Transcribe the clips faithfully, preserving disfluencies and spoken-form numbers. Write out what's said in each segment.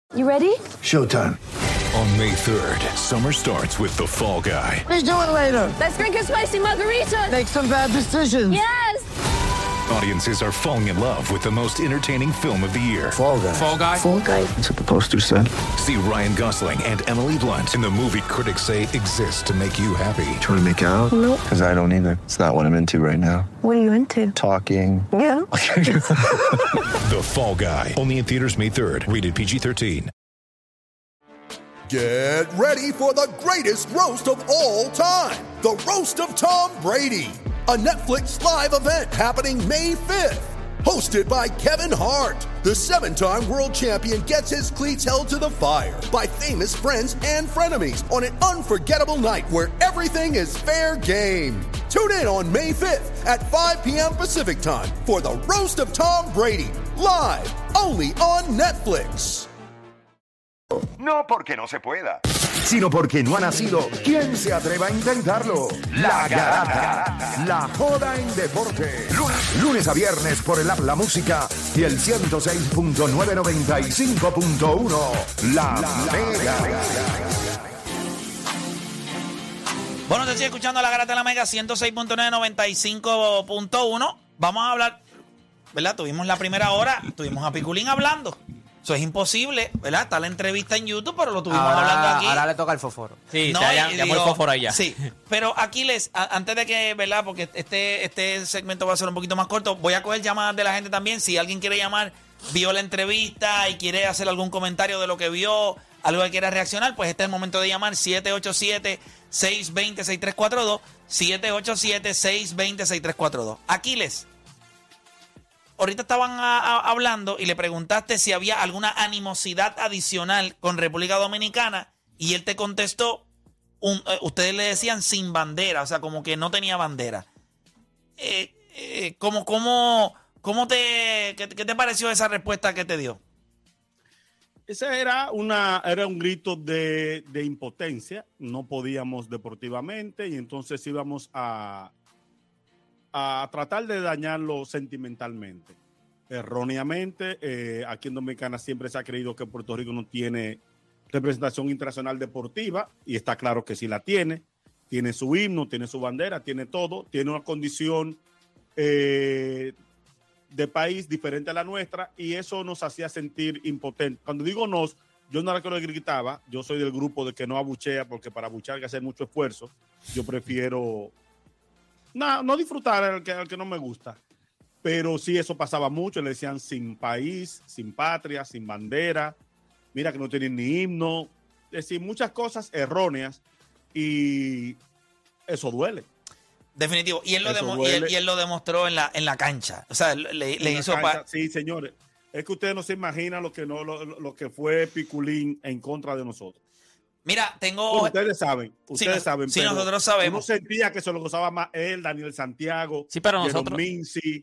You ready? Showtime. On May third, summer starts with The Fall Guy. Let's do it later. Let's drink a spicy margarita. Make some bad decisions. Yes! Audiences are falling in love with the most entertaining film of the year. Fall Guy. Fall Guy. Fall Guy. That's what the poster said. See Ryan Gosling and Emily Blunt in the movie critics say exists to make you happy. Trying to make it out? Nope. Because I don't either. It's not what I'm into right now. What are you into? Talking. Yeah. The Fall Guy. Only in theaters May third. Rated P G thirteen. Get ready for the greatest roast of all time. The Roast of Tom Brady. A Netflix live event happening May fifth. Hosted by Kevin Hart. The seven-time world champion gets his cleats held to the fire by famous friends and frenemies on an unforgettable night where everything is fair game. Tune in on May fifth at five p.m. Pacific time for the Roast of Tom Brady. Live only on Netflix. No porque no se pueda, sino porque no ha nacido. ¿Quién se atreva a intentarlo? La Garata, la joda en deporte. Lunes, lunes a viernes por el app La Música y el ciento seis punto nueve noventa y cinco punto uno. La, la Mega. Bueno, te sigue escuchando La Garata de la Mega ciento seis punto nueve noventa y cinco punto uno. Vamos a hablar, ¿verdad? Tuvimos la primera hora, tuvimos a Piculín hablando. Eso es imposible, ¿verdad? Está la entrevista en YouTube, pero lo tuvimos ahora, hablando aquí. Ahora le toca el fósforo. Sí, no, ya, ya, llamó el fósforo ahí ya. Sí, pero Aquiles, a, antes de que, ¿verdad? Porque este, este segmento va a ser un poquito más corto, voy a coger llamadas de la gente también. Si alguien quiere llamar, vio la entrevista y quiere hacer algún comentario de lo que vio, algo que quiera reaccionar, pues este es el momento de llamar. Siete ocho siete, seis dos cero, seis tres cuatro dos. siete ocho siete, seis dos cero, seis tres cuatro dos. Aquiles, ahorita estaban a, a, hablando y le preguntaste si había alguna animosidad adicional con República Dominicana y él te contestó, un, eh, ustedes le decían sin bandera, o sea, como que no tenía bandera. Eh, eh, ¿cómo, cómo, cómo te, qué, qué te pareció esa respuesta que te dio? Ese era, una, era un grito de, de impotencia. No podíamos deportivamente y entonces íbamos a... a tratar de dañarlo sentimentalmente. Erróneamente, eh, aquí en Dominicana siempre se ha creído que Puerto Rico no tiene representación internacional deportiva, y está claro que sí la tiene. Tiene su himno, tiene su bandera, tiene todo, tiene una condición eh, de país diferente a la nuestra, y eso nos hacía sentir impotentes. Cuando digo nos, yo no era que lo gritaba, yo soy del grupo de que no abuchea, porque para abuchear hay que hacer mucho esfuerzo. Yo prefiero No, no disfrutar al que, al que no me gusta, pero sí, eso pasaba mucho. Le decían sin país, sin patria, sin bandera, mira que no tienen ni himno, es decir, muchas cosas erróneas, y eso duele. Definitivo, y él lo, demo, y él, y él lo demostró en la, en la cancha, o sea, le, le hizo... Cancha, pa- sí, señores, es que ustedes no se imaginan lo que, no, lo, lo que fue Piculín en contra de nosotros. Mira, tengo... Bueno, ustedes saben, ustedes sí, saben. Sí, pero nosotros sabemos. Uno sentía que se lo gozaba más él, Daniel Santiago, sí, pero nosotros... Minci,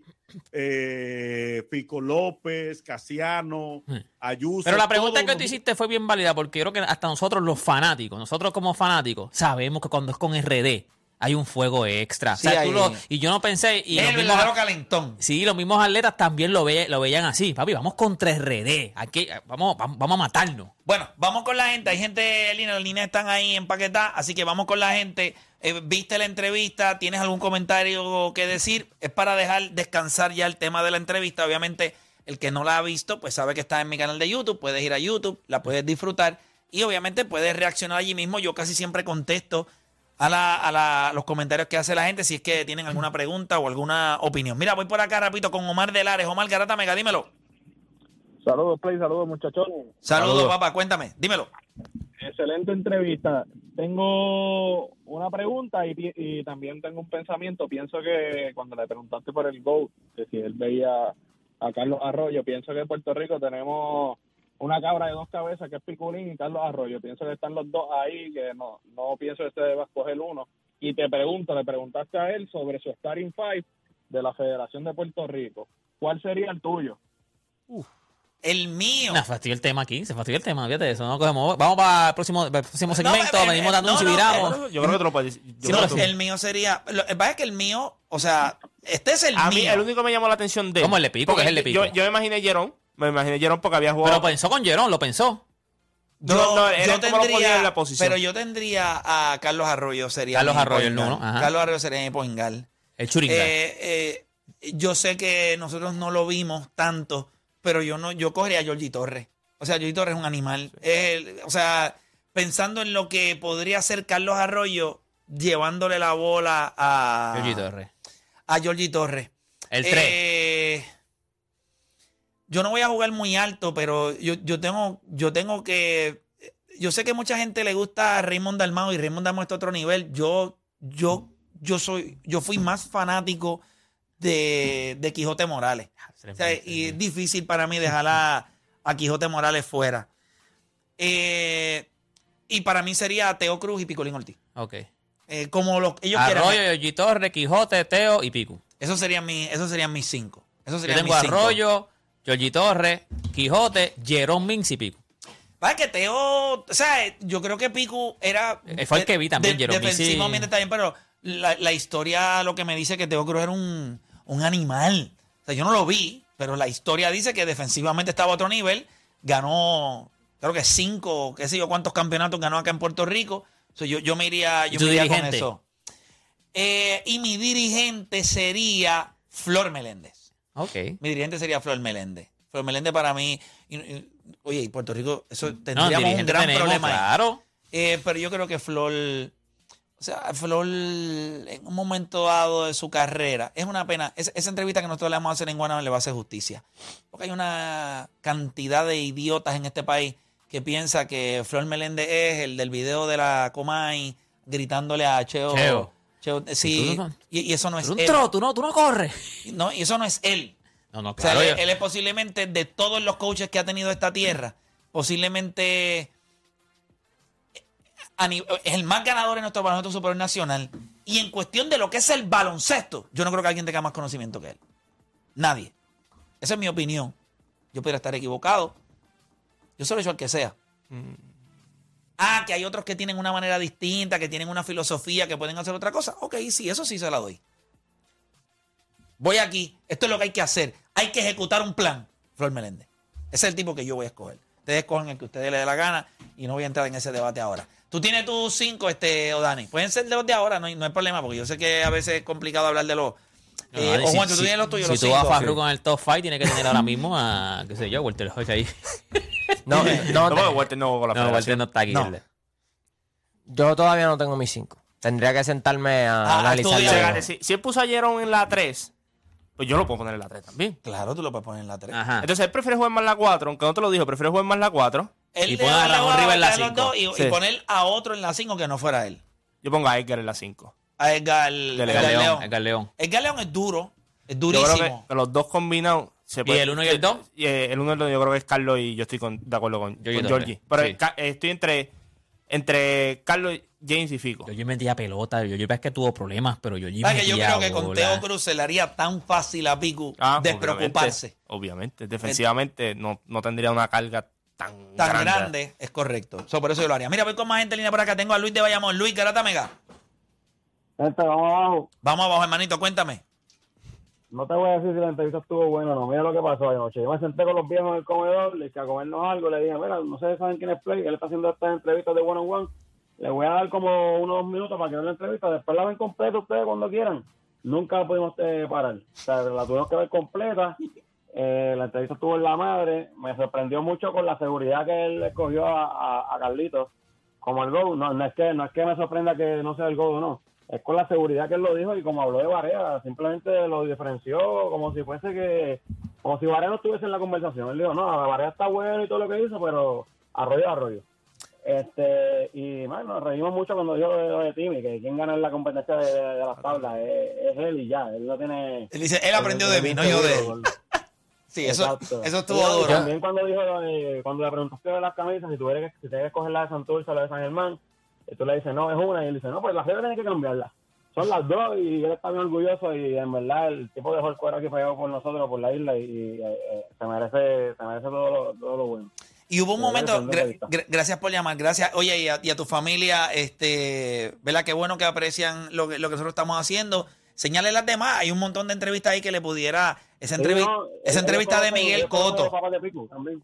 eh, Pico López, Casiano, sí. Ayuso. Pero la pregunta que uno... tú hiciste fue bien válida, porque yo creo que hasta nosotros los fanáticos, nosotros como fanáticos, sabemos que cuando es con R D hay un fuego extra. Sí, o sea, hay... tú lo, y yo no pensé... Y el mismos, verdadero calentón. Sí, los mismos atletas también lo, ve, lo veían así. Papi, vamos contra R D. Aquí, vamos, vamos, vamos a matarnos. Bueno, vamos con la gente. Hay gente en línea, las líneas están ahí empaquetadas, así que vamos con la gente. Eh, ¿Viste la entrevista? ¿Tienes algún comentario que decir? Es para dejar descansar ya el tema de la entrevista. Obviamente, el que no la ha visto, pues sabe que está en mi canal de YouTube. Puedes ir a YouTube, la puedes disfrutar y obviamente puedes reaccionar allí mismo. Yo casi siempre contesto a, la, a la, los comentarios que hace la gente si es que tienen alguna pregunta o alguna opinión. Mira, voy por acá rapidito con Omar de Lares. Omar Garata Mega, dímelo. Saludos, Play, saludos, muchachones. Saludos, saludos, papá, cuéntame, dímelo. Excelente entrevista. Tengo una pregunta y, y también tengo un pensamiento. Pienso que cuando le preguntaste por el GOAT, que si él veía a Carlos Arroyo, pienso que en Puerto Rico tenemos una cabra de dos cabezas que es Piculín y Carlos Arroyo. Pienso que están los dos ahí, que no, no pienso que se deba escoger uno. Y te pregunto, le preguntaste a él sobre su starting five de la Federación de Puerto Rico. ¿Cuál sería el tuyo? Uf. El mío. No, fastidió el tema aquí, se fastidió el tema, fíjate eso. No cogemos, vamos para el próximo, el próximo segmento, no, venimos eh, dando no, un no, viramos. eh, Yo creo que te lo puedes decir. Sí, no, el mío sería. Lo que pasa es que el mío, o sea, este es el a mío. mí, el único que me llamó la atención de él. ¿Cómo el de Pico? ¿Qué es el de Pico? Yo, yo me imaginé Jerón, me imaginé Jerón porque había jugado. Pero pensó con Jerón, lo pensó. Yo, No, no, él yo es como lo ponía tendría, en la posición. pero yo tendría a Carlos Arroyo, sería Carlos mi Arroyo, el point uno, guard. ajá. Carlos Arroyo sería mi point guard. El churingal. Eh, eh, yo sé que nosotros no lo vimos tanto, pero yo no, yo cogería a Georgie Torres. O sea, Georgie Torres es un animal. Es el- o sea, pensando en lo que podría hacer Carlos Arroyo, llevándole la bola a Georgie Torres. a Georgie Torres. El tres. Eh, yo no voy a jugar muy alto, pero yo, yo tengo, yo tengo que. Yo sé que mucha gente le gusta a Raymond Dalmau y Raymond Dalmau está a otro nivel. Yo, yo, yo soy, yo fui más fanático de, de Quijote Morales. O sea, y es difícil para mí dejar a, a Quijote Morales fuera. Eh, y para mí sería Teo Cruz y Picolín Ortiz. Ok. Eh, como los, ellos Arroyo, quieran. Georgie Torres, Quijote, Teo y Picu. Esos serían mis, esos serían mis cinco. Esos Yo serían tengo mis cinco. Arroyo, Georgie Torres, Quijote, Jerome Mins y Picu. Vaya que Teo, o sea, yo creo que Picu era... Eh, fue el que vi también, de- Jerome Mins, sí. defensivamente está bien, pero la, la historia lo que me dice que Teo Cruz era un, un animal. O sea, yo no lo vi, pero la historia dice que defensivamente estaba a otro nivel. Ganó, creo que cinco, qué sé yo, cuántos campeonatos ganó acá en Puerto Rico. O sea, yo, yo me iría, yo ¿Y tu me iría con dirigente? eso. Eh, y mi dirigente sería Flor Meléndez. Ok. Mi dirigente sería Flor Meléndez. Flor Meléndez para mí... y- y- oye, y Puerto Rico, eso No, tendríamos un dirigente gran tenemos, problema ahí. claro. Eh, pero yo creo que Flor... O sea, Flor en un momento dado de su carrera... Es una pena. Es- esa entrevista que nosotros le vamos a hacer en Guanabara le va a hacer justicia. Porque hay una cantidad de idiotas en este país que piensa que Flor Meléndez es el del video de la Comay gritándole a Cheo... Cheo. Cheo, sí, Tú no- y, y eso no es Tú, un él. tro, tú, no, tú no corres. No, y eso no es él. No, no, O sea, claro. él, yo- él es posiblemente de todos los coaches que ha tenido esta tierra, posiblemente a ni- es el más ganador en nuestro baloncesto superior nacional. Y en cuestión de lo que es el baloncesto, yo no creo que alguien tenga más conocimiento que él. Nadie. Esa es mi opinión. Yo podría estar equivocado. Yo se lo echo al que sea. Ah, que hay otros que tienen una manera distinta, que tienen una filosofía, que pueden hacer otra cosa. Ok, sí, eso sí se la doy. Voy aquí, esto es lo que hay que hacer. Hay que ejecutar un plan. Flor Meléndez. Ese es el tipo que yo voy a escoger. Ustedes escogen el que a ustedes les dé la gana y no voy a entrar en ese debate ahora. Tú tienes tus cinco, este, o Dani. Pueden ser de los de ahora, no hay, no hay problema, porque yo sé que a veces es complicado hablar de los... No, Eh, Dani, o si- Juan, tú si- tienes los tuyos, Si los tú vas a cinco. Farru con el top five, tienes que tener ahora mismo a, qué sé yo, Walter Hodge ahí. No, No, no, porque Walter no jugó con la No, Walter federación. no está aquí. No. ¿verdad? yo todavía no tengo mis cinco. Tendría que sentarme a Ah, analizarlo. estudiar. Fíjate, si, si él puso a Jerome en la tres, pues yo lo puedo poner en la tres también. Claro, tú lo puedes poner en la tres. Ajá. Entonces él prefiere jugar más la cuatro, aunque no te lo dijo, prefiere jugar más la cuatro. Él Y le poner a va- le Ramón va a Rivas en la dar los cinco. dos y, y Sí. poner a otro en la cinco que no fuera él. Yo pongo a Edgar en la cinco. A Edgar, León. Edgar León, León. Edgar León. Edgar León es duro. Es Yo durísimo. creo que, que los dos combinados se ¿Y el uno y el dos? Y, eh, el uno y el dos yo creo que es Carlos y yo estoy con- de acuerdo con, Georgie con Torres. Georgie. Pero Sí. ca- eh, estoy entre, entre Carlos, James y Fico. Yo yo metía pelota, yo yo es que tuvo problemas, pero yo ¿Sabes que yo creo que con bola. Teo Cruz se le haría tan fácil a Picu Ah, despreocuparse? Obviamente, obviamente. Defensivamente no, no tendría una carga tan, Tan grande, es correcto. So, por eso yo lo haría. Mira, voy con más gente en línea por acá. Tengo a Luis de Bayamón. Luis, Garata Mega. Gente, vamos abajo. Vamos abajo, hermanito, cuéntame. No te voy a decir si la entrevista estuvo buena o no. Mira lo que pasó anoche. Yo me senté con los viejos en el comedor, le dije a comernos algo, le dije, mira, no sé si saben quién es Play, él está haciendo estas entrevistas de one on one. Le voy a dar como unos dos minutos para que vean la entrevista, después la ven completa ustedes cuando quieran. Nunca la pudimos eh, parar. O sea, la tuvimos que ver completa. Eh, la entrevista estuvo en la madre. Me sorprendió mucho con la seguridad que él escogió a, a, a Carlitos como el GO. No, no es que no es que me sorprenda que no sea el GO o no. Es con la seguridad que él lo dijo y como habló de Barea, simplemente lo diferenció como si fuese que, como si Barea no estuviese en la conversación. Él dijo, no, Barea está bueno y todo lo que hizo, pero Arroyo es Arroyo. Este, y bueno, nos reímos mucho cuando dijo lo de, lo de Timmy, que quien gana en la competencia de, de, de las tablas es, es él y ya, él no tiene... Él dice, él aprendió de mí, no yo de él. Sí, eso, Exacto. eso estuvo Y duro. también cuando dijo, lo de- cuando le preguntaste de las camisas, si tuviera que, si tienes que escoger la de Santurce o la de San Germán, y tú le dices, no, es una, y él dice, no, pues la gente tiene que cambiarla. Son las dos, y él está bien orgulloso, y en verdad el tipo dejó el cuero aquí pegado por nosotros, por la isla, y, y, eh, eh, se merece, se merece todo lo, todo lo bueno. Y hubo un Pero momento, eso es gra- entrevista. gra- gracias por llamar, gracias. Oye, y a, y a tu familia, este, ¿verdad? Qué bueno que aprecian lo que, lo que nosotros estamos haciendo. Señale las demás, hay un montón de entrevistas ahí que le pudiera, esa, entrevi- Sí, no, esa él- entrevista él de conoce- Miguel él conoce a Coto. los papás de Pico también.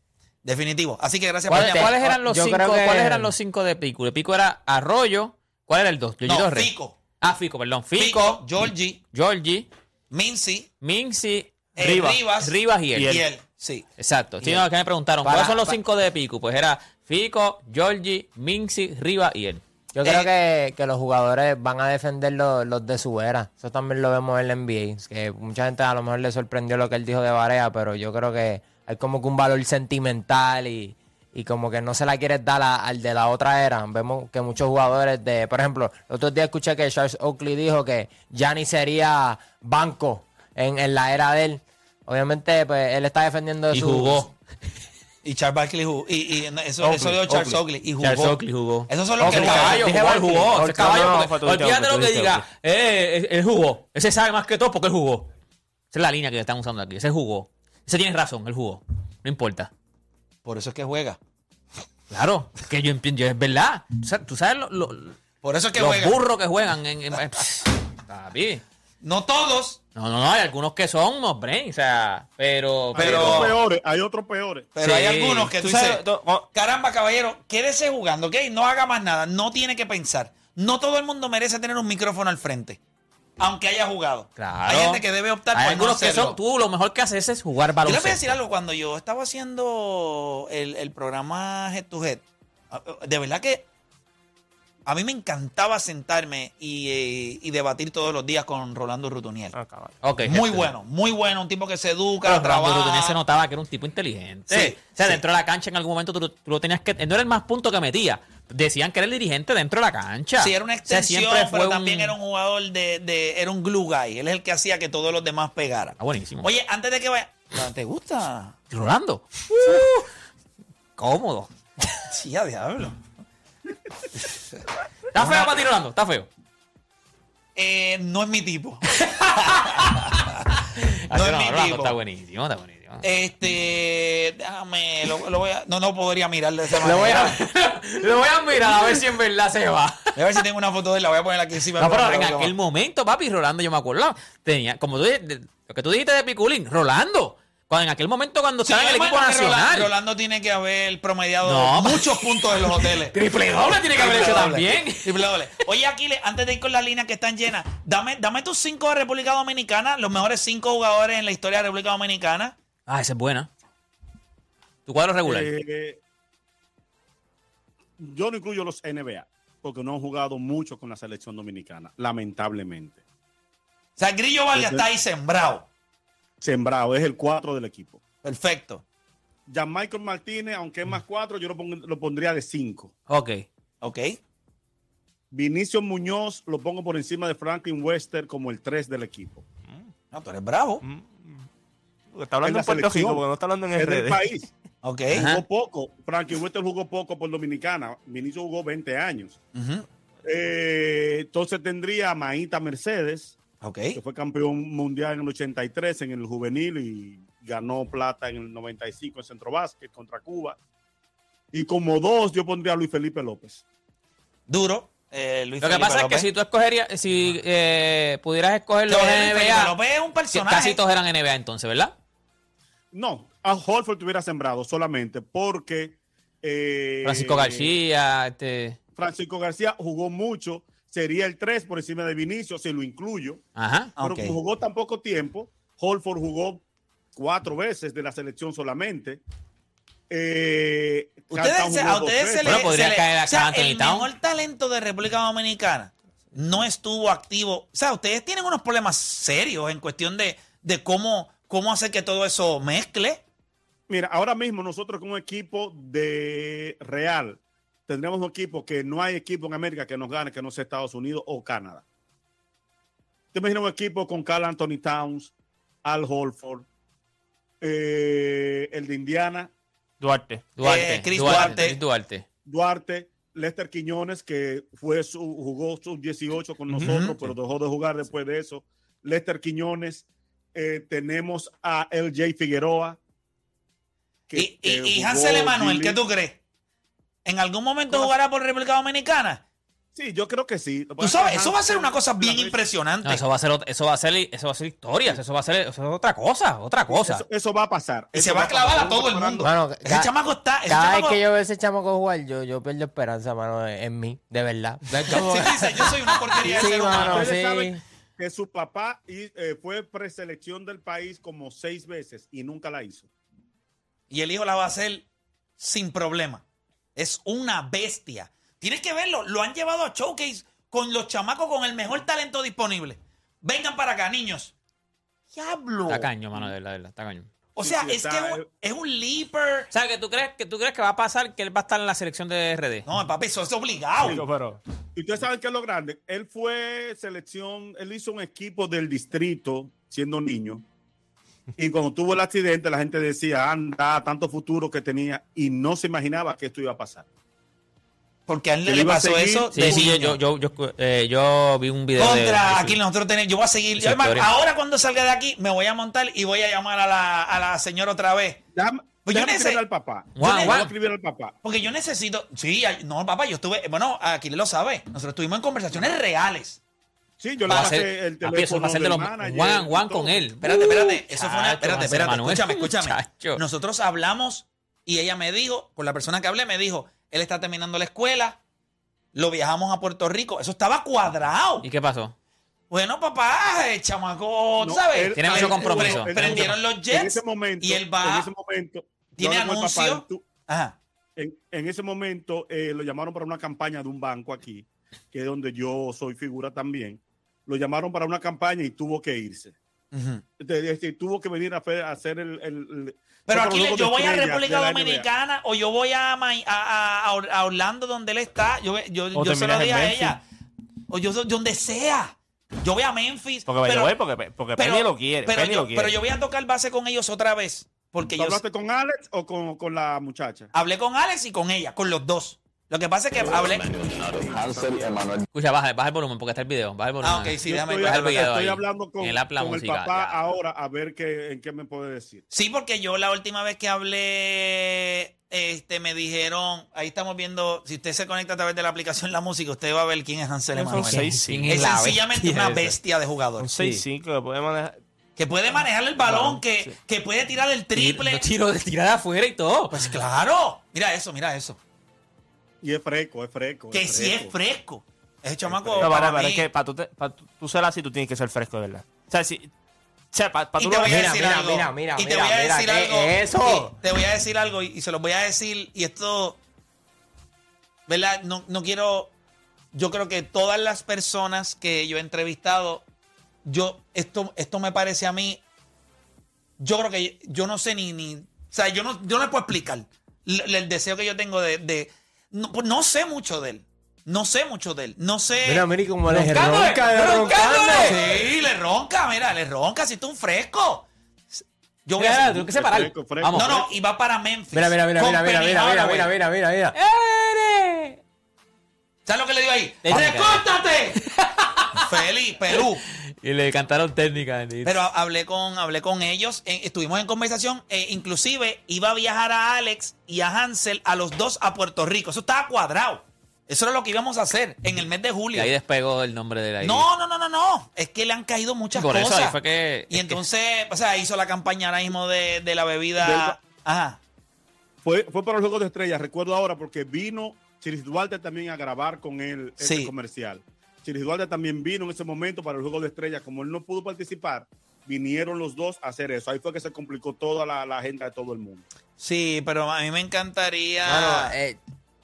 Definitivo. Así que gracias por ¿Cuáles, llamar. ¿cuáles eran los Yo cinco, creo que- ¿Cuáles eran los cinco de Pico? De Pico era Arroyo. ¿Cuál era el dos? No, Yoyito Rey. Fico. Ah, Fico, perdón. Fico, Fico, Georgie, Georgie, Mincy, Mincy, eh, Rivas, Rivas, Rivas y él. y él. Sí. Exacto. Sí, Y no, él. que me preguntaron, Para- ¿cuáles son los pa- cinco de Pico? Pues era Fico, Georgie, Mincy, Rivas y él. Yo creo Eh, que, que los jugadores van a defender los, los de su era. Eso también lo vemos en la N B A. Que mucha gente a lo mejor le sorprendió lo que él dijo de Barea, pero yo creo que hay como que un valor sentimental y, y como que no se la quieres dar a- al de la otra era. Vemos que muchos jugadores de... Por ejemplo, el otro día escuché que Charles Oakley dijo que Gianni sería banco en, en la era de él. Obviamente, pues él está defendiendo Y su... jugó. Y Charles Barkley jugó. Y, y eso, Oakley, eso dijo Charles Oakley. Oakley. Y jugó. Charles Oakley jugó. Esos son los Oakley, que El caballo Dije jugó, él Barkley. jugó. Oakley, Ese caballo, no, porque- fue tu último, olvídate fue lo tu que último. diga. Eh, él, él jugó. Ese sabe más que todo porque él jugó. Esa es la línea que están usando aquí. Ese jugó. Ese tiene razón, él jugó. No importa. Por eso es que juega. Claro, es que yo entiendo, es verdad. Tú sabes, tú sabes lo- lo- Por eso es que los juega. burros que juegan en... en- Papi. No todos, No, no, no, hay algunos que son unos brains, o sea, pero... Hay Pero- otros peores, hay otros peores. pero Sí. hay algunos que tú, Tú sabes, dices, tú- oh, caramba, caballero, quédese jugando, ¿ok? No haga más nada, no tiene que pensar. No todo el mundo merece tener un micrófono al frente, aunque haya jugado. Claro. Hay gente que debe optar Hay por no algunos que hacerlo. son... Tú lo mejor que haces es jugar Yo les voy a baloncesto. decir algo, cuando yo estaba haciendo el, el programa Head to Head, de verdad que a mí me encantaba sentarme y, eh, y debatir todos los días con Rolando Rutuniel. ah, caballo. Ok, Muy este- bueno, muy bueno, un tipo que se educa, Pero Rambo trabaja. Rutuniel se notaba que era un tipo inteligente. Sí, o sea, sí. dentro de la cancha en algún momento tú, lo- tú lo tenías que... Él no era el más punto que metía. Decían que era el dirigente dentro de la cancha. Sí, era una O sea, extensión, siempre fue pero un- también era un jugador de, de... Era un glue guy. Él es el que hacía que todos los demás pegaran. Ah, buenísimo. Oye, antes de que vaya... ¿Te gusta? Rolando. Uh, cómodo. Sí, a diablo. Está feo para ti, Rolando. Está feo. Eh, no es mi tipo. Ah, No es no, mi Rolando tipo. está buenísimo, está buenísimo. Este... Déjame... Lo, lo voy a, no, no podría mirar de esa Lo voy, manera. a, lo voy a mirar a ver si en verdad se va. A ver si tengo una foto de él. La voy a poner aquí encima. No, pero del en programa. aquel momento, papi, Rolando, yo me acuerdo, tenía, como tú dijiste, lo que tú dijiste de Piculín, Rolando, cuando en aquel momento cuando Sí, estaba en el bueno, equipo que Rolando, nacional, Rolando tiene que haber promediado No. muchos puntos en los hoteles. triple doble tiene que haber Triple hecho doble. también. Triple doble. Oye, Aquiles, antes de ir con las líneas que están llenas, dame, dame tus cinco de República Dominicana, los mejores cinco jugadores en la historia de República Dominicana. Ah, esa es buena. Tu cuadro regular. Eh, yo no incluyo los N B A, porque no han jugado mucho con la selección dominicana, lamentablemente. O sea, Grillo Vargas está ahí sembrado. Sembrado, es el cuatro del equipo. Perfecto. Jan Michael Martínez, aunque es más cuatro, yo lo, pon- lo pondría de cinco. Ok. Ok. Vinicio Muñoz lo pongo por encima de Franklin Wester como el tres del equipo. No, tú eres bravo. Está hablando la en Puerto selección. Rico, porque no está hablando en Es R del D. país. Ok. Jugó poco. Franklin Wester jugó poco por Dominicana. Vinicio jugó veinte años. Ujú. Eh, entonces tendría a Maíta Mercedes, Ok. que fue campeón mundial en el ochenta y tres en el juvenil y ganó plata en el noventa y cinco en Centro Básquet contra Cuba. Y como dos yo pondría a Luis Felipe López. Duro. Eh, Luis Lo que Felipe pasa López. es que si tú escogerías, si eh, pudieras escoger Que los Luis N B A, Felipe López es un que personaje. casi todos eran N B A entonces, ¿verdad? No, a Holford te hubiera sembrado solamente porque eh, Francisco García, este... Francisco García jugó mucho, sería el tres por encima de Vinicio, si lo incluyo. Ajá. Pero Ok. como jugó tan poco tiempo, Holford jugó cuatro veces de la selección solamente. Eh, Ustedes, Carlton se- jugó a dos ustedes se veces. le, Bueno, podría se le- caer acá o sea, Anthony el Town. mejor talento de República Dominicana no estuvo activo. O sea, ustedes tienen unos problemas serios en cuestión de, de cómo, cómo hacer que todo eso mezcle. Mira, ahora mismo nosotros como equipo de Real tendríamos un equipo que no hay equipo en América que nos gane, que no sea Estados Unidos o Canadá. Te imaginas un equipo con Karl Anthony Towns, Al Holford, eh, el de Indiana, Duarte. Duarte, Eh, Chris Duarte, Duarte. Chris Duarte. Duarte, Lester Quiñones, que fue su, jugó sub dieciocho con nosotros, pero dejó de jugar después de eso. Lester Quiñones, eh, tenemos a L J Figueroa. que- Y, y, que y jugó Hansel Emanuel, G ¿qué League. tú crees? ¿En algún momento jugará por República Dominicana? Sí, yo creo que sí. Tú sabes, eso va a ser una cosa bien impresionante. No, eso va a ser, ot- eso va a ser, eso va a ser historias, eso va a ser, eso es otra cosa, otra cosa. Eso, eso va a pasar. Y Eso se va a clavar pasar. a todo el mundo. Mano, Ese ca- chamaco está. Ese Cada chamaco, vez que yo veo a ese chamaco jugar, yo, yo pierdo esperanza, mano, en, en mí, de verdad. Es como- Sí, dice, yo soy una porquería de Sí, ser humano. mano, Ustedes sí. saben que su papá y, eh, fue preselección del país como seis veces y nunca la hizo. Y el hijo la va a hacer sin problema. Es una bestia. Tienes que verlo. Lo han llevado a Showcase con los chamacos con el mejor talento disponible. Vengan para acá, niños. Diablo. Está caño, mano, de verdad, de verdad, está caño. O Sí, sea, sí, es está- que es un, es un leaper. O sea, que tú crees que tú crees que va a pasar que él va a estar en la selección de R D. No, papi, eso es obligado. Chico, pero... Y ustedes saben qué es lo grande. Él fue selección, él hizo un equipo del distrito siendo niño. Y cuando tuvo el accidente, la gente decía, anda, tanto futuro que tenía. Y no se imaginaba que esto iba a pasar. Porque a él Que le le iba a pasó seguir. eso. Sí, de sí, yo, niño. yo, yo, yo, eh, yo vi un video de- Contra, de, aquí nosotros tenemos, yo voy a seguir. Esa Yo, hermano, historia. ahora cuando salga de aquí, me voy a montar y voy a llamar a la, a la señora otra vez. Déjame, Pues yo déjame nece- escribirle al papá. Juan, Yo Voy a Juan. escribir al papá. Porque yo necesito. Sí, ay- no, papá, yo estuve. Bueno, aquí lo sabe. Nosotros estuvimos en conversaciones reales. Sí, yo le Va a pasé ser- el papi, eso va teléfono a ser de del los manager Juan, y Juan todo. con él. Espérate, espérate. Uh, Eso fue una. chacho, Espérate, va a ser espérate. Manuel, Escúchame, escúchame. muchacho. Nosotros hablamos y ella me dijo, con la persona que hablé, me dijo: él está terminando la escuela, lo viajamos a Puerto Rico. Eso estaba cuadrado. ¿Y qué pasó? Bueno, papá, el chamaco, No, ¿sabes? él- Tiene Él- mucho compromiso. pre- Prendieron los En jets. ese momento, y él va- en ese momento, tiene yo hablé con el papá, anuncio. tú- Ajá. en, en ese momento eh, lo llamaron para una campaña de un banco aquí, que es donde yo soy figura también. Lo llamaron para una campaña y tuvo que irse. Ujú. Este, este, tuvo que venir a hacer, a hacer el, el- el- Pero fue aquí con le- los yo Juegos voy de a Estrella República de la N B A. Dominicana o yo voy a, Mai- a, a- a Or- a Orlando donde él está. Yo, yo, O yo se lo terminas en dije a Memphis. ella. O yo donde sea. Yo voy a Memphis. Porque, by the pero, way, porque, porque pero- Penny lo quiere. pero Penny yo, lo quiere. pero yo voy a tocar base con ellos otra vez. Porque ¿Tú yo hablaste con Alex o con, con la muchacha? hablé con Alex y con ella, con los dos. Lo que pasa es que hablé. Escucha, baja, baja el volumen porque está el video. Baja el volumen. Ah, ok, sí, Yo déjame estoy, baja el bajar. video estoy ahí. hablando con, En el app la con el música, papá ya. ahora a ver qué, en qué me puede decir. Sí, porque yo la última vez que hablé, este, me dijeron, ahí estamos viendo, si usted se conecta a través de la aplicación La Música, usted va a ver quién es Hansel Son Emanuel. seis, ¿Quién Es la sencillamente bestia una esa? bestia de jugador. Un seis cinco que puede manejar. Que puede manejar el balón, Balón, que, sí. que puede tirar el triple. Tiro de tirar de afuera y todo. Pues claro. Mira eso, mira eso. Y es fresco, es fresco. Que sí es fresco. Ese chamaco No, para para, para, mí. es que para tú, te- para tú, tú ser así, tú tienes que ser fresco, de verdad. O sea, si, o sea, para, Y tú te lo voy a Mira, decir mira, algo. mira, mira, y te mira, voy a mira, decir ¿qué algo. es eso? y Te voy a decir algo y, y se los voy a decir. Y esto, ¿verdad? No, no quiero. Yo creo que todas las personas que yo he entrevistado, yo, esto, esto me parece a mí. Yo creo que yo no sé ni. ni o sea, yo no, yo no le puedo explicar el, el deseo que yo tengo de. de no, pues no sé mucho de él. No sé mucho de él. No sé. Mira, mira cómo le Roncándole, ronca, de roncándole. roncando. Sí, le ronca, mira, le ronca. Si tú un fresco. Yo voy Mira, a tengo que separar. Fresco, fresco. Vamos. No, no, y va para Memphis. Mira, mira, mira, con mira, mira, Penny mira, mira, Hardaway. mira, mira, mira, mira. ¡Eres! ¿Sabes lo que le digo ahí? Técnica. ¡Recórtate! Feliz, Perú. Y le cantaron técnica. Pero hablé con, hablé con ellos, eh, estuvimos en conversación, eh, inclusive iba a viajar a Alex y a Hansel, a los dos a Puerto Rico. Eso estaba cuadrado. Eso era lo que íbamos a hacer en el mes de Y julio. ahí despegó el nombre de la No, no, no, no, no. Es que le han caído muchas Por eso cosas. ahí fue que. Y entonces, o sea, hizo la campaña ahora mismo de, de la bebida. Del- Ajá. Fue, fue para los Juegos de Estrellas, recuerdo ahora, porque vino Chiris Duarte también a grabar con él ese Sí. comercial. Chiris Duarte también vino en ese momento para el Juego de Estrellas. Como él no pudo participar, vinieron los dos a hacer eso. Ahí fue que se complicó toda la, la agenda de todo el mundo. Sí, pero a mí me encantaría. Mano, eh,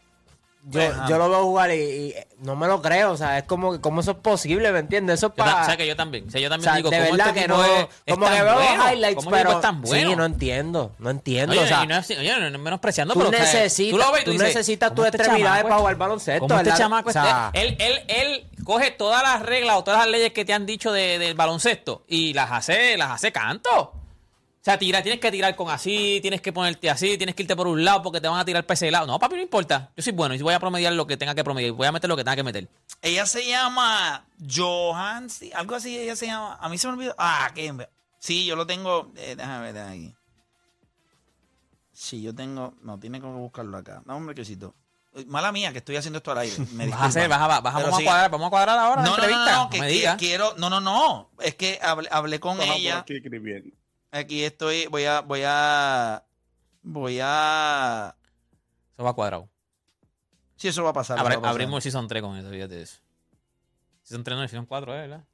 yo, Ajá. yo lo veo jugar y, y no me lo creo. O sea, es como que cómo eso es posible, ¿me entiendes? Eso es Yo ta- para. o sea, que yo también. O sea, yo O también sea, digo, de ¿cómo verdad este que tipo no. es, es Como tan que veo bueno? highlights, ¿Cómo el tipo pero. es tan bueno? Sí, no entiendo. No entiendo. Oye, o sea, y no es, oye, no es menospreciando, tú pero o sea, necesitas, tú, lo ves y tú dices, necesitas ¿cómo tus este extremidades chamaco para es- jugar baloncesto. ¿Cómo este ¿verdad? chamaco O sea, este- él, él, él coge todas las reglas o todas las leyes que te han dicho de- del baloncesto y las hace, las hace canto. O sea, tira, tienes que tirar con así, tienes que ponerte así, tienes que irte por un lado porque te van a tirar para ese lado. No, papi, no importa. Yo soy bueno y voy a promediar lo que tenga que promediar. Voy a meter lo que tenga que meter. Ella se llama Johansi, algo así ella se llama. A mí se me olvidó. Ah, que sí, yo lo tengo. Eh, déjame ver déjame aquí. Sí, yo tengo. No, tiene que buscarlo acá. No, hombre, quesito. Mala mía que estoy haciendo esto al aire. Me Vas a hacer, disculpan. vas a, vas a- Pero vamos, a sigue. cuadrar, vamos a cuadrar ahora la No, no, no, entrevista. no, no, que, me que digas. quiero, no, no, no, es que hablé, hablé con Baja por ella. aquí escribiendo. Aquí estoy, voy a, voy a, voy a, Eso va cuadrado. sí, eso va a pasar. Abre- eso va a pasar. abrimos el Season tres con eso, fíjate de eso. Season tres no, el Season cuatro, ¿eh? ¿Verdad?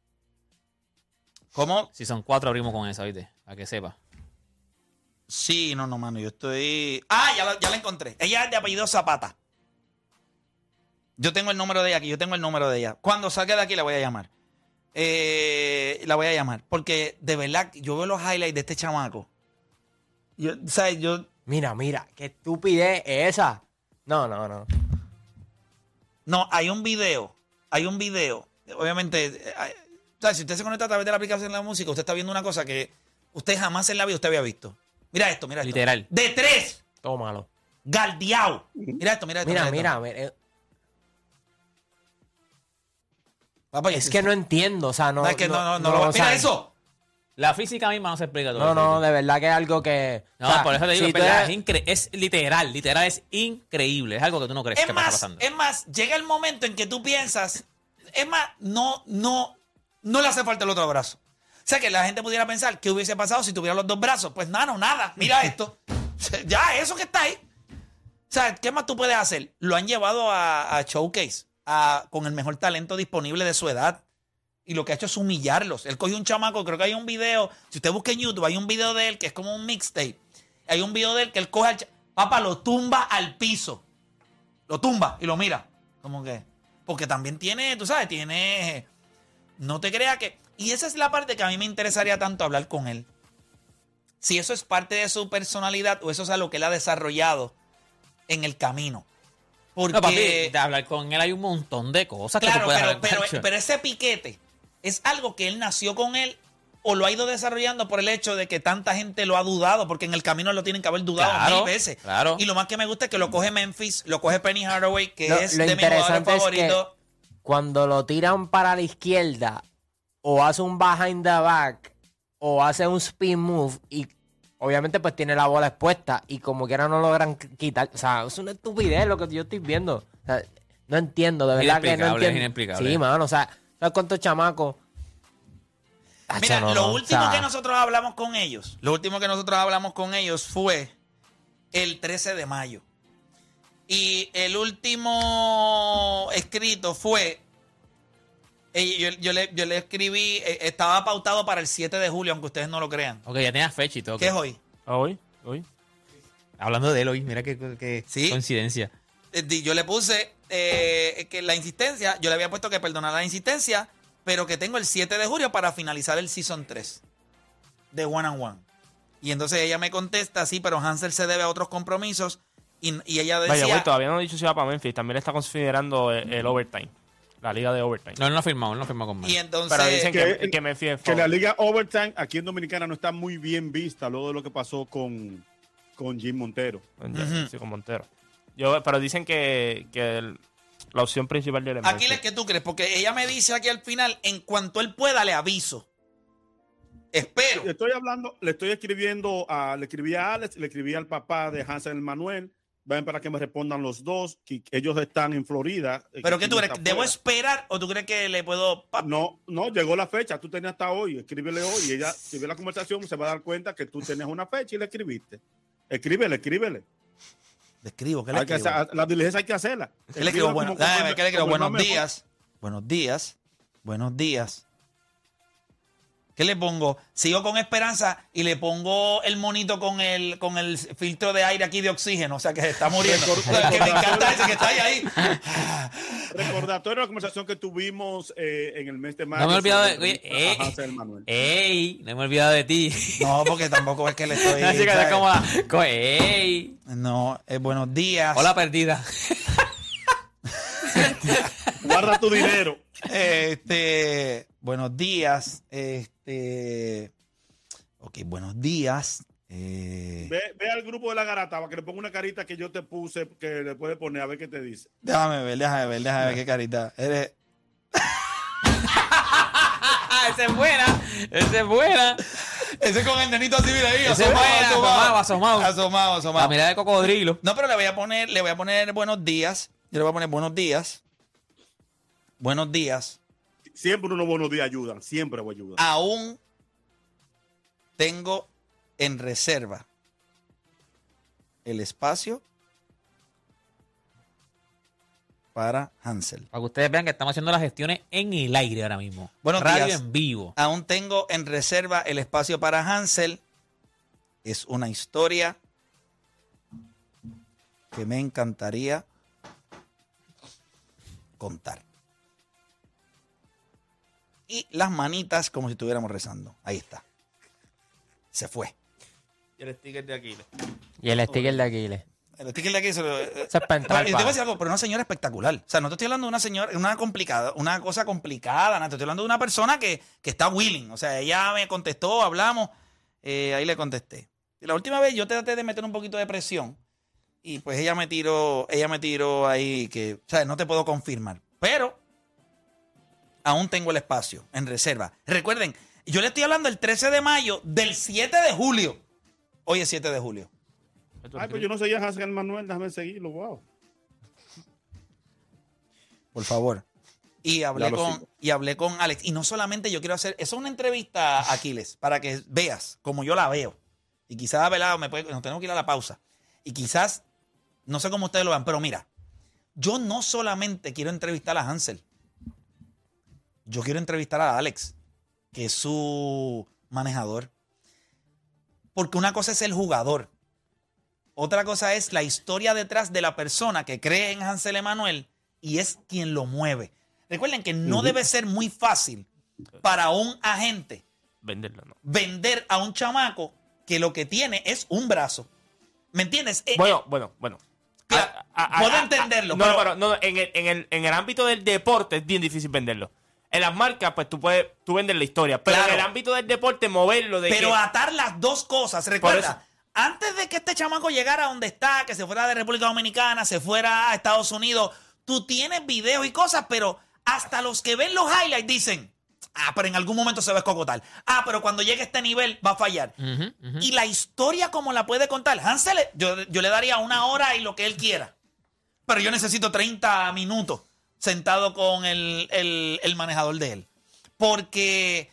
¿Cómo? Season cuatro abrimos con esa, ¿viste? Para que sepa. Sí, no, no, mano, yo estoy, ah, ya la, ya la encontré. Ella es de apellido Zapata. Yo tengo el número de ella aquí, yo tengo el número de ella. Cuando salga de aquí la voy a llamar. Eh, la voy a llamar, porque de verdad, yo veo los highlights de este chamaco. Yo, o sea, yo, Mira, mira, qué estupidez es esa. No, no, no. no, hay un video, hay un video, obviamente, eh, hay- o sea, si usted se conecta a través de la aplicación de la música, usted está viendo una cosa que usted jamás en la vida usted había visto. Mira esto, mira esto. Literal. De tres, Tómalo. galdeado. Mira esto, mira esto. Mira, esto. mira, mira. eh, Papá, Es que no entiendo, o sea, no. No, es que no, no, no, lo- o mira sea, eso. La física misma no se explica todo No, eso, no, ¿viste? de verdad que es algo que. No, o sea, por eso te digo, si es, tú verdad, eres- es, incre- es literal, literal, es increíble. Es algo que tú no crees Es que está más, pasando. es más, llega el momento en que tú piensas, es más, no, no, no le hace falta el otro brazo. O sea, que la gente pudiera pensar, ¿qué hubiese pasado si tuviera los dos brazos? Pues nada, no, nada. Mira esto. Ya, eso que está ahí. O sea, ¿qué más tú puedes hacer? Lo han llevado a, a Showcase, a- con el mejor talento disponible de su edad. Y lo que ha hecho es humillarlos. Él cogió un chamaco, creo que hay un video, si usted busca en YouTube, hay un video de él que es como un mixtape. Hay un video de él que él coge al cha- papá, lo tumba al piso. Lo tumba y lo mira. Como que, porque también tiene, tú sabes, tiene, no te creas que, y esa es la parte que a mí me interesaría tanto hablar con él. Si eso es parte de su personalidad o eso es algo que él ha desarrollado en el camino. Porque, No, papi, de hablar con él hay un montón de cosas que tú claro, puedes pero, hablar. pero, Tacho. pero ese piquete es algo que él nació con él o lo ha ido desarrollando por el hecho de que tanta gente lo ha dudado, porque en el camino lo tienen que haber dudado Claro, mil veces. claro. Y lo más que me gusta es que lo coge Memphis, lo coge Penny Hardaway, que Lo- es lo de mis jugadores interesante es que favoritos. cuando lo tiran para la izquierda, o hace un behind the back, o hace un spin move, y obviamente pues tiene la bola expuesta, y como quiera no logran quitar. O sea, es una estupidez lo que yo estoy viendo. O sea, no entiendo, de verdad que no Inexplicable, es entiendo. inexplicable. Sí, mano, o sea, ¿sabes cuántos chamacos? Acho, Mira, no, lo no, o último sea, que nosotros hablamos con ellos, lo último que nosotros hablamos con ellos fue el trece de mayo. Y el último escrito fue, eh, yo, yo le, yo le escribí, eh, estaba pautado para el siete de julio, aunque ustedes no lo crean. Ok, ya tenías fecha y todo. ok. ¿Qué es hoy? Hoy, hoy. Hablando de él hoy, mira qué, qué Sí. coincidencia. Eh, di- Yo le puse eh, que la insistencia, yo le había puesto que perdonara la insistencia, pero que tengo el siete de julio para finalizar el Season tres de One and One. Y entonces ella me contesta, sí, pero Hansel se debe a otros compromisos. Y, y ella decía... Vaya, güey, todavía no he dicho si va para Memphis. También le está considerando el, el overtime. La liga de overtime. No, él no ha firmado, él no ha firmado con y Memphis. entonces... Pero dicen que, que- que Memphis es Que la favor. liga Overtime aquí en Dominicana no está muy bien vista luego de lo que pasó con, con Jim Montero. Ya, Ujú. sí, con Montero. Yo, pero dicen que, que el- la opción principal de él es Aquiles, Memphis. ¿qué tú crees? Porque ella me dice aquí al final, en cuanto él pueda, le aviso. Espero. Le estoy hablando, le estoy escribiendo, a, le escribí a Alex, le escribí al papá de Hansel Manuel. Ven para que me respondan los dos, que ellos están en Florida. ¿Pero que qué tú Kim crees? está ¿Debo afuera. esperar o tú crees que le puedo...? pa- No, no, llegó la fecha, tú tenías hasta hoy, escríbele hoy. Y ella, si ve la conversación, se va a dar cuenta que tú tenías una fecha y le escribiste. Escríbele, escríbele. Le escribo, ¿qué le Hay que escribo? hacer- la diligencia hay que hacerla. ¿Qué le escribo? Escríbelo Bueno, como- déjame como ver, el- ¿qué le escribo? como el Buenos más mejor. días. Buenos días. Buenos días. ¿Qué le pongo? Sigo con esperanza y le pongo el monito con el, con el filtro de aire aquí de oxígeno. O sea, que se está muriendo. O sea, que me encanta ese que está ahí. ahí. Recordatorio de la conversación que tuvimos eh, en el mes de mayo. No me he olvidado de. sobre Oye, a ey, Hansel Manuel. ey, no me he olvidado de ti. No, porque tampoco es que le estoy... Así que ¿sabes? es como la- co- ey. No, eh, buenos días. Hola perdida. Guarda tu dinero. Este, buenos días. Este, ok, buenos días. Eh, Ve, ve al grupo de la garata para que le ponga una carita que yo te puse que le puede poner a ver qué te dice. déjame ver, déjame ver, déjame ver qué carita. Eres, esa es buena. Esa es buena. Ese con el nenito así, mira ahí, Ese asomado, buena, asomado, asomado. Asomado, asomado. La mirada de cocodrilo. No, pero le voy a poner, le voy a poner buenos días. Yo le voy a poner buenos días. Buenos días. Siempre unos buenos días ayudan, siempre ayudan. Aún tengo en reserva el espacio para Hansel. Para que ustedes vean que estamos haciendo las gestiones en el aire ahora mismo. Buenos Radio días. en vivo. Aún tengo en reserva el espacio para Hansel. Es una historia que me encantaría contar. Y las manitas como si estuviéramos rezando. Ahí está. Se fue. Y el sticker de Aquiles. Y el sticker de Aquiles. El sticker de aquí se lo... Eso es para Pero, entrar, y te voy a pa. decir algo, pero una señora espectacular. O sea, no te estoy hablando de una señora, una complicada, una cosa complicada, no, te estoy hablando de una persona que, que está willing. O sea, ella me contestó, hablamos, eh, ahí le contesté. Y la última vez yo traté de meter un poquito de presión y pues ella me tiró, ella me tiró ahí que, o sea, no te puedo confirmar. Pero aún tengo el espacio en reserva. Recuerden, yo le estoy hablando el trece de mayo del siete de julio. Hoy es siete de julio. Ay, pues yo no seguía a Hansel Manuel, déjame seguirlo, wow. Por favor. Y hablé Ya lo con sigo. y hablé con Alex. Y no solamente yo quiero hacer, eso es una entrevista, Aquiles, para que veas como yo la veo. Y quizás, ¿verdad? Me puede, nos tenemos que ir a la pausa. Y quizás, no sé cómo ustedes lo vean, pero mira, yo no solamente quiero entrevistar a Hansel. Yo quiero entrevistar a Alex, que es su manejador. Porque una cosa es el jugador. Otra cosa es la historia detrás de la persona que cree en Hansel Emanuel y es quien lo mueve. Recuerden que no debe ser muy fácil para un agente Venderlo, ¿no? vender a un chamaco que lo que tiene es un brazo. ¿Me entiendes? Eh, Bueno, bueno, bueno. Mira, A- a- puedo a- a- entenderlo, No, pero- pero no, en, el, en, el, en el ámbito del deporte es bien difícil venderlo. En las marcas, pues tú puedes tú vender la historia. Pero Claro. en el ámbito del deporte, moverlo de Pero que- atar las dos cosas. Por Recuerda, eso. antes de que este chamaco llegara a donde está, que se fuera de República Dominicana, se fuera a Estados Unidos, tú tienes videos y cosas, pero hasta los que ven los highlights dicen, ah, pero en algún momento se va a escocotar. Ah, pero cuando llegue a este nivel va a fallar. Ujú, ujú. Y la historia como la puede contar. Hansel, yo, yo le daría una hora y lo que él quiera. Pero yo necesito treinta minutos sentado con el, el- el manejador de él. Porque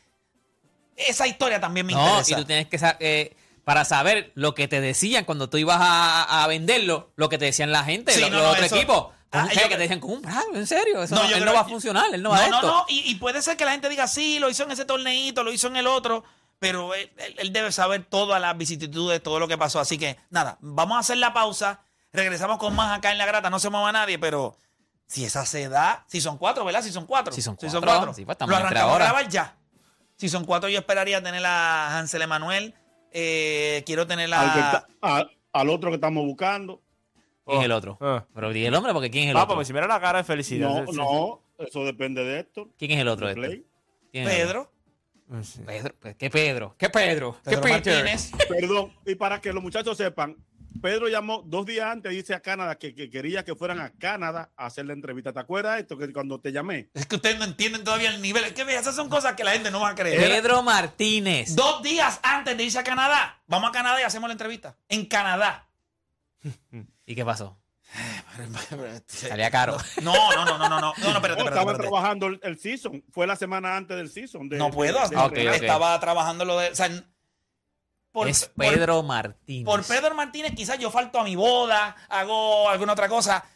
esa historia también me No, interesa. y tú tienes que sa- eh, para saber lo que te decían cuando tú ibas a, a venderlo, lo que te decían la gente, Sí, los, no, los no, otros eso- equipos. Ah, Un- yo- que te decían, como un bravo, en serio, eso No, no, yo él creo- no va a funcionar, él no va a No, esto. no, no. Y, y puede ser que la gente diga, sí, lo hizo en ese torneito, lo hizo en el otro. Pero él, él- él debe saber todas las vicisitudes, todo lo que pasó. Así que, nada, vamos a hacer la pausa. Regresamos con más acá en La Grata. No se mueva nadie, pero si esa se da, si son cuatro, ¿verdad? Si son cuatro. Si son Si cuatro. Sí, pues estamos lo entre arrancamos a ahora. grabar ya. Si son cuatro, yo esperaría tener a Hansel Emanuel. Eh, quiero tener Al, que a... está- a- al otro que estamos buscando. ¿Quién Oh, es el otro? ah. Pero di el hombre, porque ¿quién es el Papá, otro? pues si mira la cara de felicidad. No, Sí, sí. no, eso depende de Héctor. ¿Quién es el otro de de esto? Play. ¿Quién es el otro? Pedro. Sí. Pedro, pues, ¿qué Pedro? ¿Qué Pedro? ¿Qué Pedro Peter? Martínez. Perdón, y para que los muchachos sepan, Pedro llamó dos días antes, dice a Canadá que, que quería que fueran a Canadá a hacer la entrevista. ¿Te acuerdas de esto? Que cuando te llamé. Es que ustedes no entienden todavía el nivel. Es que mira, esas son cosas que la gente no va a creer. Pedro Martínez. Dos días antes de irse a Canadá, vamos a Canadá y hacemos la entrevista. En Canadá. ¿Y qué pasó? Salía caro. No, no, no, no, no, no. No, no, espérate, No, espérate, estaba espérate. trabajando el, el season. Fue la semana antes del season. de- No puedo. de- de Ok, entrenar. ok. Estaba trabajando lo de. O sea, por, es por- Pedro Martínez. Por, Pedro Martínez, quizás yo falto a mi boda, hago alguna otra cosa,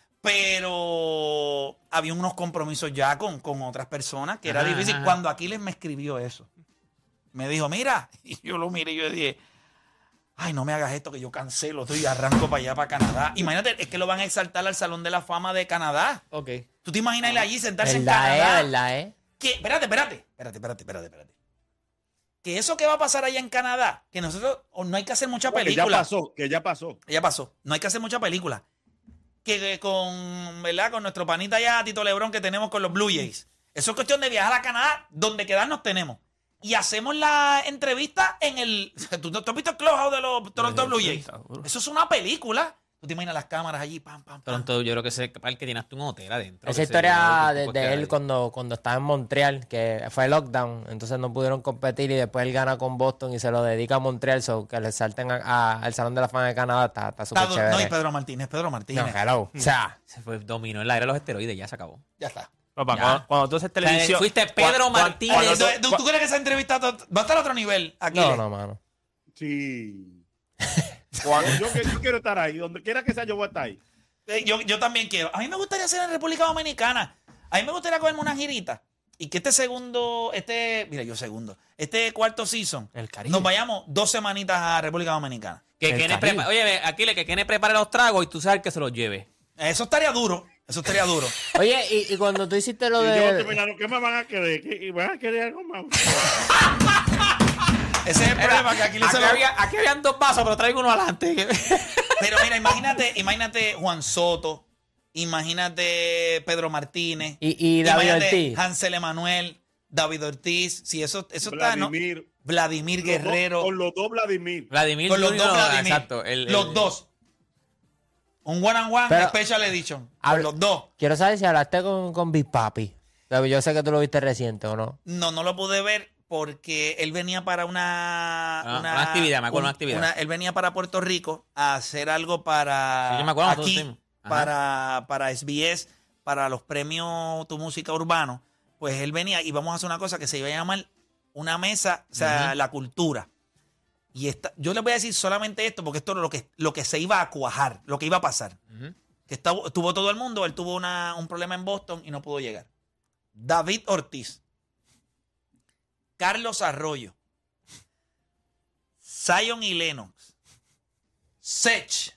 pero había unos compromisos ya con, con otras personas que era Ajá, difícil. ajá. Cuando Aquiles me escribió eso, me dijo, mira, y yo lo miré y yo dije, ay, no me hagas esto que yo cancelo esto y arranco para allá, para Canadá. Imagínate, es que lo van a exaltar al Salón de la Fama de Canadá. Ok. ¿Tú te imaginas ir allí, sentarse en ¿Verdad, eh? Canadá? ¿Verdad, eh? Que, espérate, espérate, espérate, espérate, espérate, espérate. Que eso que va a pasar allá en Canadá, que nosotros o no hay que hacer mucha Que ya película. pasó, que ya pasó. Ya pasó. No hay que hacer mucha película. Que, que con, ¿verdad? Con nuestro panita allá, Tito Lebrón, que tenemos con los Blue Jays. Eso es cuestión de viajar a Canadá, donde quedarnos tenemos. Y hacemos la entrevista en el... ¿Tú, tú has visto el clubhouse de los Toronto Blue Jays? Eso es una película. Tú te imaginas las cámaras allí, pam, pam, pam. Pronto yo creo que ese parque tiene hasta un hotel adentro. Esa que historia se- de, de él cuando, cuando estaba en Montreal, que fue lockdown, entonces no pudieron competir y después él gana con Boston y se lo dedica a Montreal, so que le salten a- a- al Salón de la Fama de Canadá, está está súper Está- chévere. no, y Pedro Martínez, Pedro Martínez. No, hello. O sea, Se fue, dominó el aire de los esteroides, ya se acabó. Ya está. Papá, Ya. cuando, cuando tú haces televisión. fuiste Pedro cuan- cuan- Martínez. cuando tú- Entonces, ¿tú, tú crees que esa entrevista to- va a estar a otro nivel? Aquí no, no, mano. Sí. yo, que- yo quiero estar ahí. Donde quiera que sea, yo voy a estar ahí. Eh, Yo, yo también quiero. A mí me gustaría hacer en República Dominicana. A mí me gustaría cogerme una girita. Y que este segundo, este, mira, yo segundo, este cuarto season, El Caribe. nos vayamos dos semanitas a República Dominicana. Que El Kene Caribe. prepa- Oye, ve, Aquiles, que Kene prepare los tragos y tú sabes que se los lleve. Eso estaría duro. Eso estaría duro. Oye, y, y cuando tú hiciste lo Y yo de... terminaron, ¿qué me van a querer? ¿Qué- ¿Van a querer algo más? Ese es el problema, que aquí le Aquí, se lo... había, aquí habían dos vasos, pero traigo uno adelante. Pero mira, imagínate, imagínate Juan Soto, imagínate Pedro Martínez, Y, y David imagínate Ortiz. Hansel Emanuel, David Ortiz, si eso, eso está, ¿no? Vladimir. Vladimir Los dos- Guerrero, Con los dos Vladimir. Vladimir con los Junior, dos Vladimir, exacto. el- el- los dos. Un one and one Pero- special edition, con Habla- los dos. Quiero saber si hablaste con, con Big Papi. Yo sé que tú lo viste reciente, ¿o no? No, no lo pude ver porque él venía para una... Ah, una actividad, me acuerdo, una actividad. él venía para Puerto Rico a hacer algo para... Sí, yo me acuerdo, nosotros aquí, fuimos. Ajá. para, para S B S, para los premios Tu Música Urbano. Pues él venía y vamos a hacer una cosa que se iba a llamar una mesa, o sea, Ujú. la cultura. Y esta, yo les voy a decir solamente esto porque esto es lo que, lo que se iba a cuajar, lo que iba a pasar. Ujú. Que estaba- estuvo todo el mundo, él tuvo una, un problema en Boston y no pudo llegar. David Ortiz, Carlos Arroyo, Zion y Lennox, Sech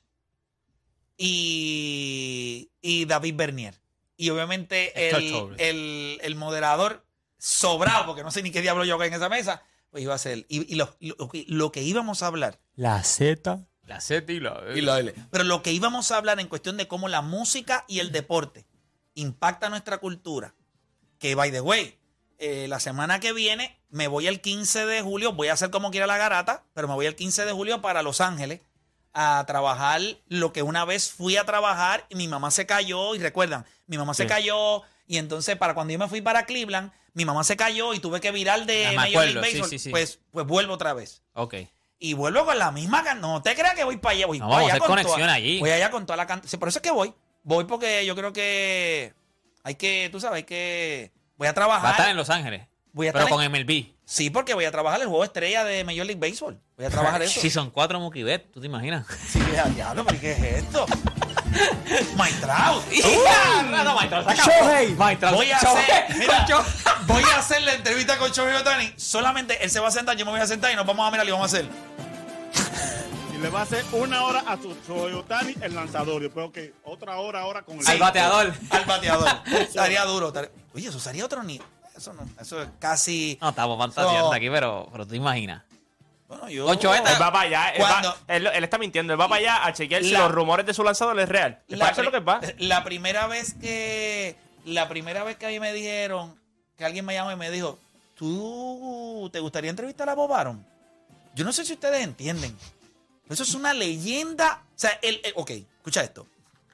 y, y David Bernier. Y obviamente Héctor el, Torres. el, el moderador sobrado, porque no sé ni qué diablo yo hago en esa mesa, pues iba a ser. Y, y lo, lo que- lo que íbamos a hablar La Z. La Z y la, y la L. Pero lo que íbamos a hablar en cuestión de cómo la música y el deporte impacta nuestra cultura. Que, by the way, eh, la semana que viene me voy el quince de julio, voy a hacer como quiera la garata, pero me voy el quince de julio para Los Ángeles a trabajar lo que una vez fui a trabajar y mi mamá se cayó. Y recuerdan, mi mamá se Sí. cayó y entonces para cuando yo me fui para Cleveland, mi mamá se cayó y tuve que virar de Ah, me Major League acuerdo, sí, Baseball. sí, sí. Pues, pues vuelvo otra vez. Ok. Y vuelvo con la misma can- No te creas que voy para allá. Voy No, para vamos a allá hacer con conexión toda- allí. Voy allá con toda la cantidad. Por eso es que voy. Voy porque yo creo que hay que, tú sabes, hay que. Voy a trabajar. Va a estar en Los Ángeles. Voy a Pero estar con en- M L B. Sí, porque voy a trabajar el juego estrella de Major League Baseball. Voy a trabajar eso. Si son cuatro Mookie Betts, ¿tú te imaginas? Sí, ya, diablo, pero ¿qué es esto? My Trout. No, no, Maestro, se acabó. Shohei. Maestro, Voy a Shohei. hacer, mira, Yo- voy a hacer la entrevista con Shohei Ohtani. Solamente él se va a sentar, yo me voy a sentar y nos vamos a mirar y vamos a hacer. Y le va a hacer una hora a su Toyotani el lanzador. Yo creo que otra hora ahora con el... Al bateador. Al bateador. Estaría duro. estaría- Oye, eso sería otro nivel. Eso no, eso es casi. No, estamos fantaseando So- aquí, pero, pero tú te imaginas. Bueno, yo. Con Choeta- Él va para allá. Él, va- Cuando- él, él está mintiendo. Él va para allá a chequear si La- los rumores de su lanzador es real. La, Para eso es lo que va. pri- la primera vez que. La primera vez que a mí me dijeron. Que alguien me llamó y me dijo: ¿Tú te gustaría entrevistar a Bob Aaron? Yo no sé si ustedes entienden. Eso es una leyenda. O sea, el, el- ok, escucha esto.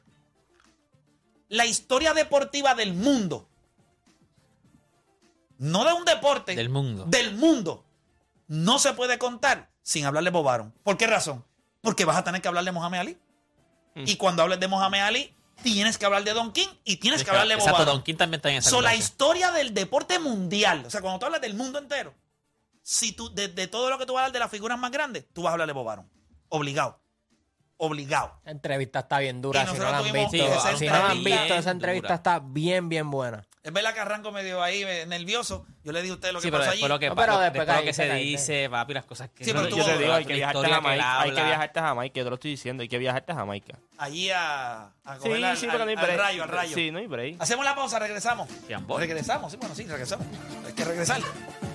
La historia deportiva del mundo. No de un deporte. Del mundo. Del mundo. No se puede contar sin hablarle de Bob Aaron. ¿Por qué razón? Porque vas a tener que hablar de Mohamed Ali. Y cuando hables de Mohamed Ali, tienes que hablar de Don King y tienes que hablar de Bob Exacto, Aaron. Don King también está en esa So, la conversación. historia del deporte mundial, o sea, cuando tú hablas del mundo entero, si tú, de, de todo lo que tú vas a hablar de las figuras más grandes, tú vas a hablar de Bob Aaron. Obligado. Obligado. La entrevista está bien dura. Y Si no nosotros la han tuvimos visto, esa si no la han entrevista visto, esa bien entrevista dura. está bien, bien buena. Es verdad que arranco medio ahí eh, nervioso. Yo le dije a usted lo que Sí, pero pasó allí. después lo que, No, pero lo- después después lo caí, que se caí, dice, papi, las cosas que... Sí, pero Yo tú- te digo, hay la que viajarte a historia que Jamaica. él Hay que habla. viajarte a Jamaica. Yo te lo estoy diciendo. Hay que viajarte a Jamaica. Allí a, a Sí, coger al, sí, porque al- no hay al break. rayo, al rayo. Sí, no hay break. Hacemos la pausa, regresamos. Jambón. Regresamos, sí, bueno, sí, regresamos. Hay que regresar.